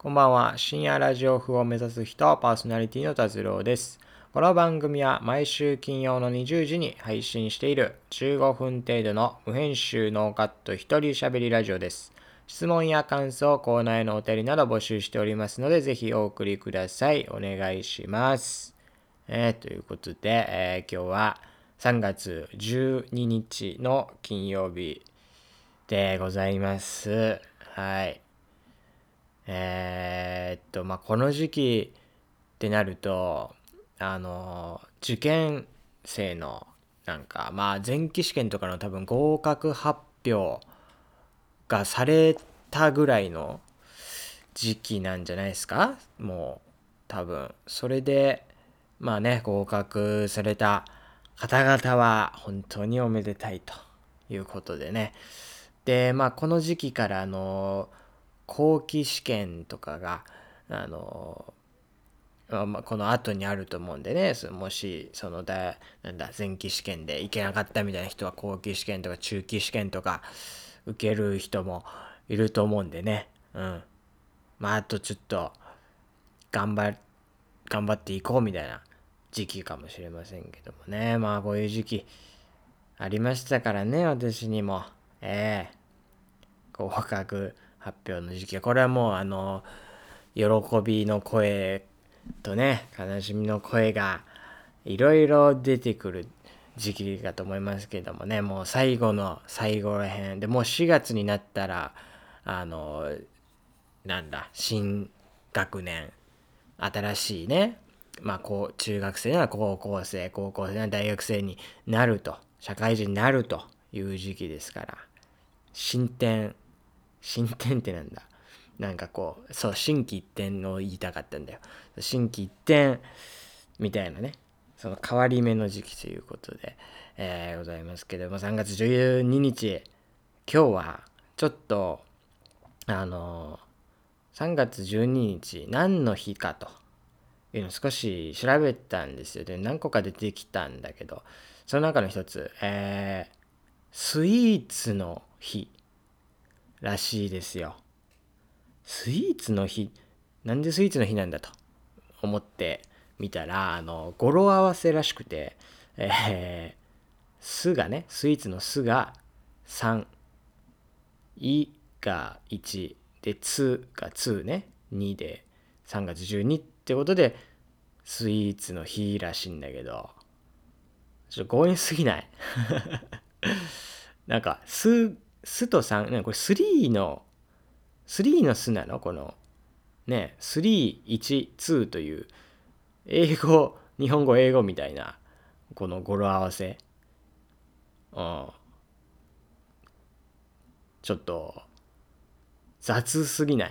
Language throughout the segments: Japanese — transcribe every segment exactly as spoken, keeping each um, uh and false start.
こんばんは。深夜ラジオ風を目指す人、パーソナリティの達郎です。この番組は毎週金曜のにじゅうじに配信しているじゅうごふん程度の無編集ノーカット一人喋りラジオです。質問や感想、コーナーへのお便りなど募集しておりますので、ぜひお送りください。お願いします。えー、ということで、えー、今日はさんがつじゅうににちの金曜日でございます。はい。えー、っと、まあ、この時期ってなると、あの、受験生の、なんか、まあ、前期試験とかの多分合格発表がされたぐらいの時期なんじゃないですか？もう、多分。それで、まあね、合格された方々は本当におめでたいということでね。で、まあ、この時期から、あの、後期試験とかが、あの、まあ、この後にあると思うんでね、もし、そのだ、なんだ、前期試験でいけなかったみたいな人は後期試験とか中期試験とか受ける人もいると思うんでね。うん。まあ、あとちょっと、頑張、頑張っていこうみたいな時期かもしれませんけどもね。まあ、こういう時期ありましたからね、私にも。ええ合格発表の時期は、これはもう、あの、喜びの声とね、悲しみの声がいろいろ出てくる時期かと思いますけどもね、もう最後の最後らへんで、もうしがつになったら、あの、なんだ、新学年、新しいね、まあこう、中学生なら高校生、高校生なら大学生になると、社会人になるという時期ですから、進展、進展ってなんだ、なんかこう、そう、心機一転を言いたかったんだよ。心機一転みたいなね、その変わり目の時期ということで、えー、ございますけども、さんがつじゅうににち、今日はちょっと、あのー、さんがつじゅうににち何の日かというのを少し調べたんですよ。で、何個か出てきたんだけど、その中の一つ、えー、スイーツの日らしいですよ。スイーツの日、なんでスイーツの日なんだと思ってみたら、あの、語呂合わせらしくて、えー、すがね、スイーツのすがさん、いがいち、で、つがつね、にでさんがつじゅうにってことで、スイーツの日らしいんだけど、ちょっと強引すぎない？なんか、す、すとさん、ね、これスリーの、スリーのすなのこの、ね、スリー、いち、にという、英語、日本語、英語みたいな、この語呂合わせ。うん。ちょっと、雑すぎない？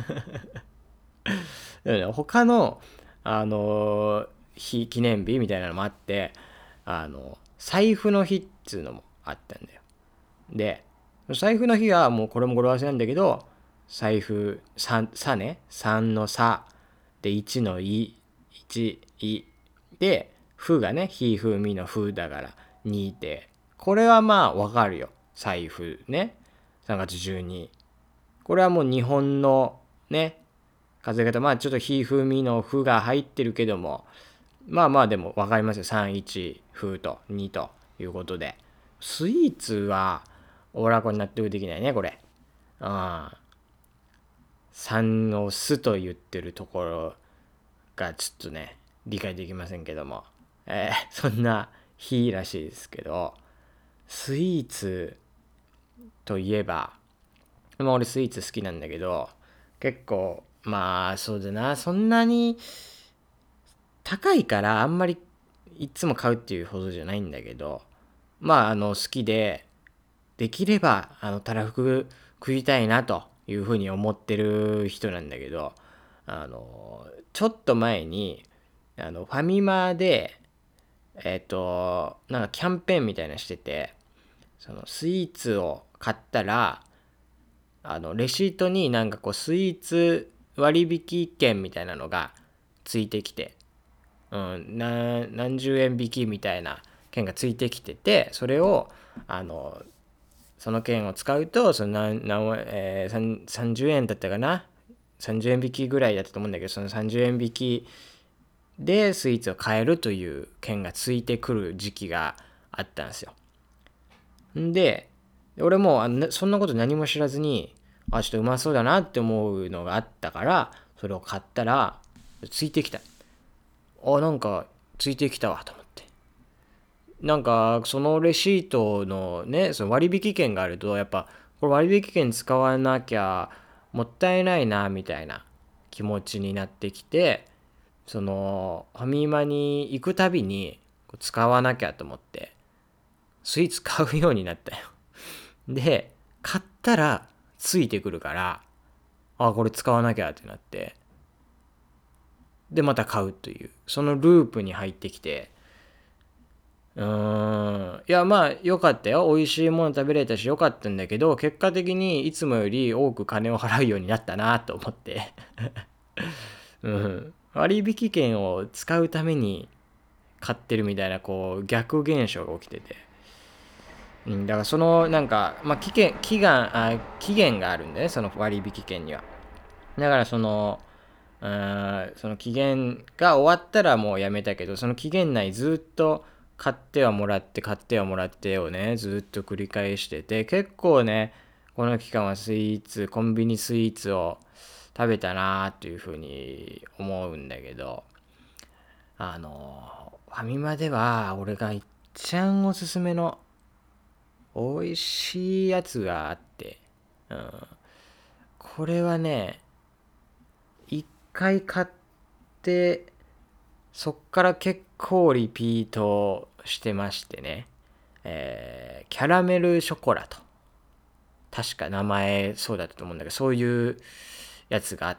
他の、あの日、記念日みたいなのもあって、あの、財布の日っつうのもあったんだよ。で、財布の日はもうこれも語呂合わせなんだけど、財布、さ、さね、さんのさ、で、いちのい、いち、い、で、ふがね、ひ、ふ、みのふだからにで、これはまあわかるよ。財布ね。さんがつじゅうに。これはもう日本のね、数え方、まあちょっとひ、ふ、みのふが入ってるけども、まあまあでもわかりますよ。さん、いち、ふとにということで。スイーツは、オラコに納得できないね、これ。ああ。さんをすと言ってるところがちょっとね、理解できませんけども。えー、そんな日らしいですけど、スイーツといえば、まあ俺スイーツ好きなんだけど、結構、まあそうだな、そんなに高いからあんまりいつも買うっていうほどじゃないんだけど、まああの好きで、できればあのたらふく食いたいなというふうに思ってる人なんだけど、あのちょっと前にあのファミマでえっ、となんかキャンペーンみたいなのしてて、そのスイーツを買ったらあのレシートになんかこうスイーツ割引券みたいなのがついてきて、うん、な何十円引きみたいな券がついてきてて、それをあのその券を使うとその何何、えー、さんじゅうえんだったかな、 さんじゅうえん引きぐらいだったと思うんだけど、そのさんじゅうえん引きでスイーツを買えるという券がついてくる時期があったんですよ。んで俺もあそんなこと何も知らずに、あちょっとうまそうだなって思うのがあったから、それを買ったらついてきた。あなんかついてきたわと思って、なんかそのレシートのね、その割引券があるとやっぱこれ割引券使わなきゃもったいないなみたいな気持ちになってきて、そのファミマに行くたびに使わなきゃと思ってスイーツ買うようになったよ。で買ったらついてくるから、あこれ使わなきゃってなって、でまた買うというそのループに入ってきて、うーんいやまあ良かったよ、美味しいもの食べれたし良かったんだけど、結果的にいつもより多く金を払うようになったなと思ってうん割引券を使うために買ってるみたいなこう逆現象が起きてて、うん、だからそのなんか、まあ、期限期間あ期限があるんだね、その割引券には。だからそのうーんその期限が終わったらもうやめたけど、その期限内ずっと買ってはもらって買ってはもらってをねずっと繰り返してて、結構ねこの期間はスイーツコンビニスイーツを食べたなーっていうふうに思うんだけど、あのファミマでは俺が一番おすすめの美味しいやつがあって、うん、これはね一回買ってそっから結構リピートしてましてね、えーキャラメルショコラと確か名前そうだったと思うんだけど、そういうやつがあって、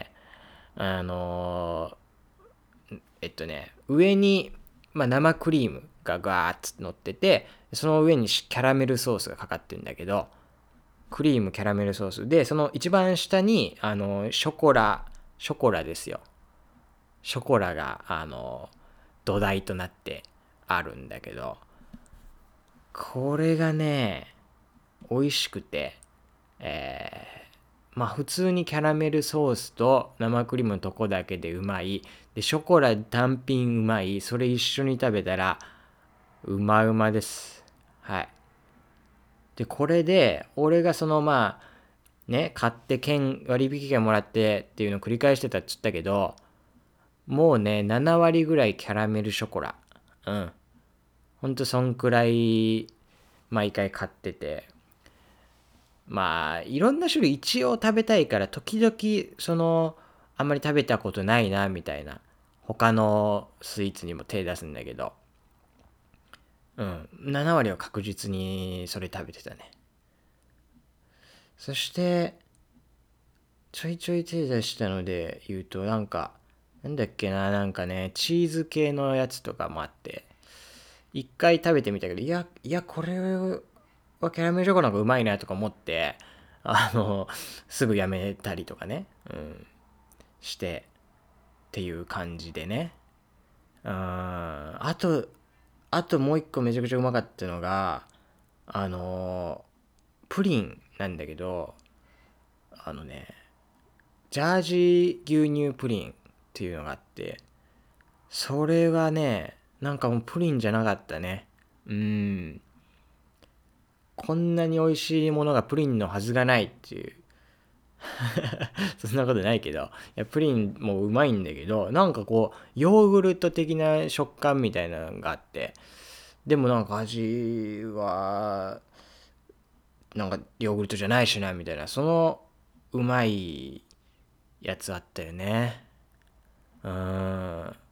あのーえっとね上に、まあ、生クリームがガーッと乗ってて、その上にキャラメルソースがかかってるんだけど、クリームキャラメルソースで、その一番下にあのショコラショコラですよ、ショコラがあの土台となってあるんだけど、これがね美味しくて、えー、まあ普通にキャラメルソースと生クリームのとこだけでうまい、でショコラ単品うまい、それ一緒に食べたらうまうまです。はい。でこれで俺がそのまあね買って券割引券もらってっていうのを繰り返してたっつったけど、もうねなな割ぐらいキャラメルショコラ、うんほんとそんくらい毎回買ってて、まあいろんな種類一応食べたいから時々そのあんまり食べたことないなみたいな他のスイーツにも手出すんだけど、うんなな割は確実にそれ食べてたね。そしてちょいちょい手出したので言うと、なんかなんだっけな、なんかねチーズ系のやつとかもあって、一回食べてみたけど、いやいやこれはキャラメルチョコの方がうまいなとか思って、あのすぐやめたりとかね、うん、してっていう感じでね。うん、あとあともう一個めちゃくちゃうまかったのが、あのプリンなんだけど、あのねジャージー牛乳プリンっていうのがあって、それがねなんかもうプリンじゃなかったね。うん、こんなに美味しいものがプリンのはずがないっていうそんなことないけど、いやプリンもうまいんだけど、なんかこうヨーグルト的な食感みたいなのがあって、でもなんか味はなんかヨーグルトじゃないしなみたいな、そのうまいやつあったよね。うーん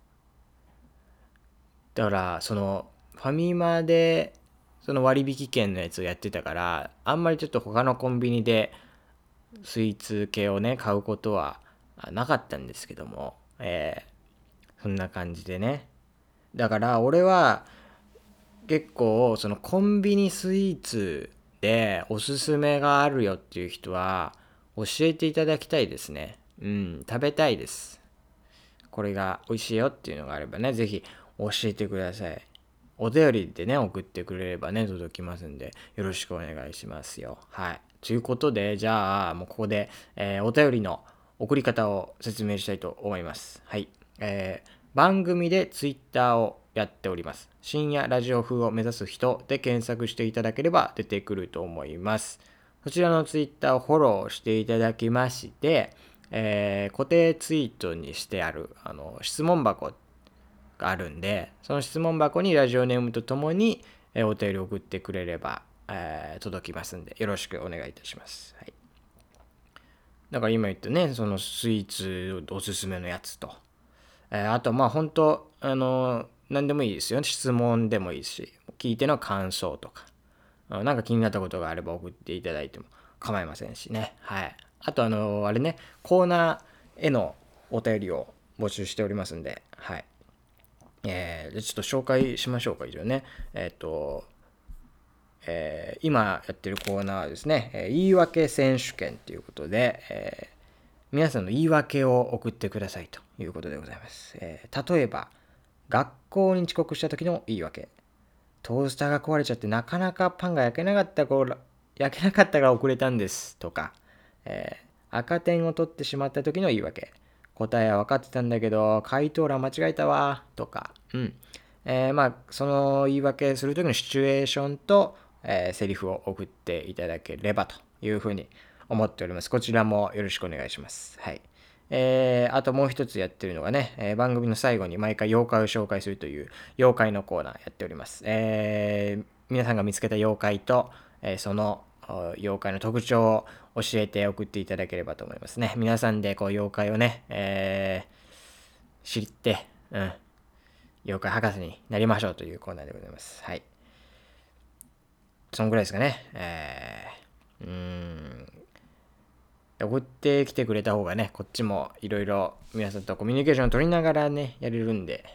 だからそのファミマでその割引券のやつをやってたから、あんまりちょっと他のコンビニでスイーツ系をね買うことはなかったんですけども、えー、そんな感じでね。だから俺は結構そのコンビニスイーツでおすすめがあるよっていう人は教えていただきたいですね。うん食べたいです。これが美味しいよっていうのがあればね、ぜひ教えてください。お便りでね送ってくれればね届きますんで、よろしくお願いしますよ。はいということで、じゃあもうここで、えーお便りの送り方を説明したいと思います。はい。えー、番組でツイッターをやっております。深夜ラジオ風を目指す人で検索していただければ出てくると思います。そちらのツイッターをフォローしていただきまして、えー、固定ツイートにしてあるあの質問箱があるんで、その質問箱にラジオネームとともに、えー、お便り送ってくれれば、えー、届きますんで、よろしくお願いいたします。はい。だから今言ったね、そのスイーツおすすめのやつと、えー、あとまあ本当あのー、何でもいいですよ。質問でもいいし、聞いての感想とか、なんか気になったことがあれば送っていただいても構いませんしね。はい。あとあのー、あれね、コーナーへのお便りを募集しておりますんで、はい。えー、じゃちょっと紹介しましょうか、以上ね。えっ、ー、と、えー、今やってるコーナーはですね、えー、言い訳選手権ということで、えー、皆さんの言い訳を送ってくださいということでございます。えー、例えば、学校に遅刻した時の言い訳。トースターが壊れちゃってなかなかパンが焼けなかったから焼けなかったから遅れたんですとか、えー、赤点を取ってしまった時の言い訳。答えは分かってたんだけど回答欄間違えたわとか、うん、えー、まあその言い訳する時のシチュエーションと、えー、セリフを送っていただければというふうに思っております。こちらもよろしくお願いします。はい。えー、あともう一つやってるのがね、えー、番組の最後に毎回妖怪を紹介するという妖怪のコーナーやっております。えー、皆さんが見つけた妖怪と、えー、その妖怪の特徴を教えて送っていただければと思いますね。皆さんでこう妖怪をね、えー、知って、うん、妖怪博士になりましょうというコーナーでございます。はい。そんぐらいですかね。えー、うーん。送ってきてくれた方がね、こっちもいろいろ皆さんとコミュニケーションを取りながらね、やれるんで、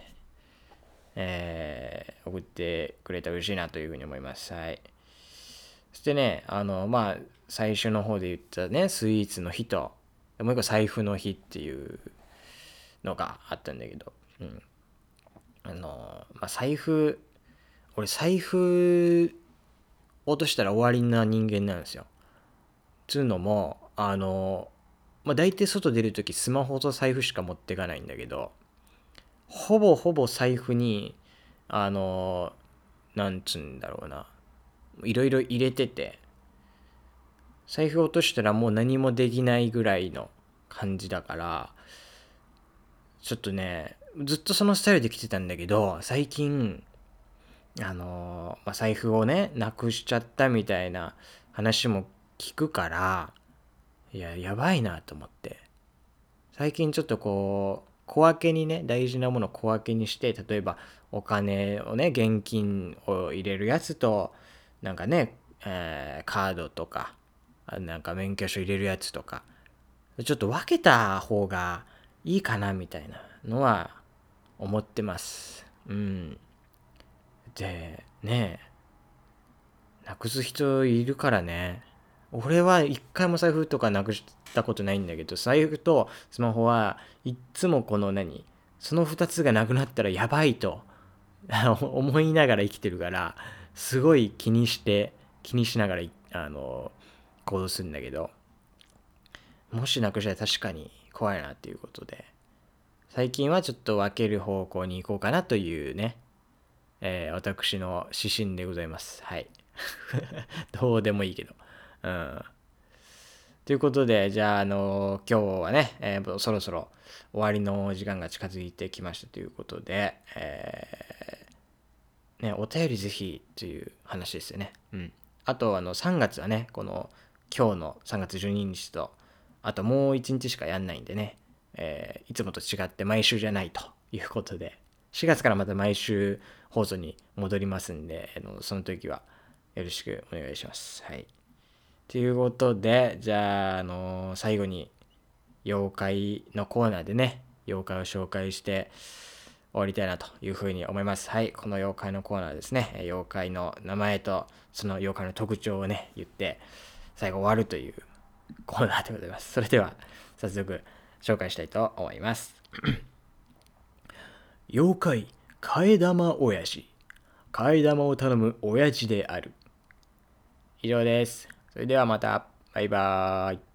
えー、送ってくれたら嬉しいなというふうに思います。はい。そしてね、あの、まあ、最初の方で言ったね、スイーツの日と、もう一個財布の日っていうのがあったんだけど、うん。あの、まあ、財布、俺財布落としたら終わりな人間なんですよ。つうのも、あの、まあ、大体外出るときスマホと財布しか持ってかないんだけど、ほぼほぼ財布に、あの、なんつうんだろうな、いろいろ入れてて、財布落としたらもう何もできないぐらいの感じだから、ちょっとね、ずっとそのスタイルで来てたんだけど、最近、あの、まあ、財布をね、なくしちゃったみたいな話も聞くから、いや、やばいなと思って。最近ちょっとこう、小分けにね、大事なものを小分けにして、例えばお金をね、現金を入れるやつと、なんかね、えー、カードとか、なんか免許証入れるやつとか、ちょっと分けた方がいいかなみたいなのは思ってます。うん。で、ねえ、なくす人いるからね。俺は一回も財布とかなくしたことないんだけど、財布とスマホはいっつもこの何そのふたつがなくなったらやばいと思いながら生きてるから、すごい気にして気にしながらあの行動するんだけど、もしなくしたら確かに怖いなっていうことで、最近はちょっと分ける方向に行こうかなというね、えー、私の指針でございます。はい。どうでもいいけど。うん。ということで、じゃあ、あのー、今日はね、えー、そろそろ終わりの時間が近づいてきましたということで、えー、ね、お便りぜひという話ですよね。うん。あと、あの、さんがつはね、この、今日のさんがつじゅうににちと、あともういちにちしかやんないんでね、えー、いつもと違って毎週じゃないということで、しがつからまた毎週放送に戻りますんで、あのその時はよろしくお願いします。はい。ということで、じゃあ、あのー、最後に妖怪のコーナーでね、妖怪を紹介して終わりたいなというふうに思います。はい。この妖怪のコーナーですね、妖怪の名前とその妖怪の特徴をね、言って、最後終わるというコーナーでございます。それでは、早速紹介したいと思います。妖怪、替え玉親父。替え玉を頼む親父である。以上です。それではまた。バイバーイ。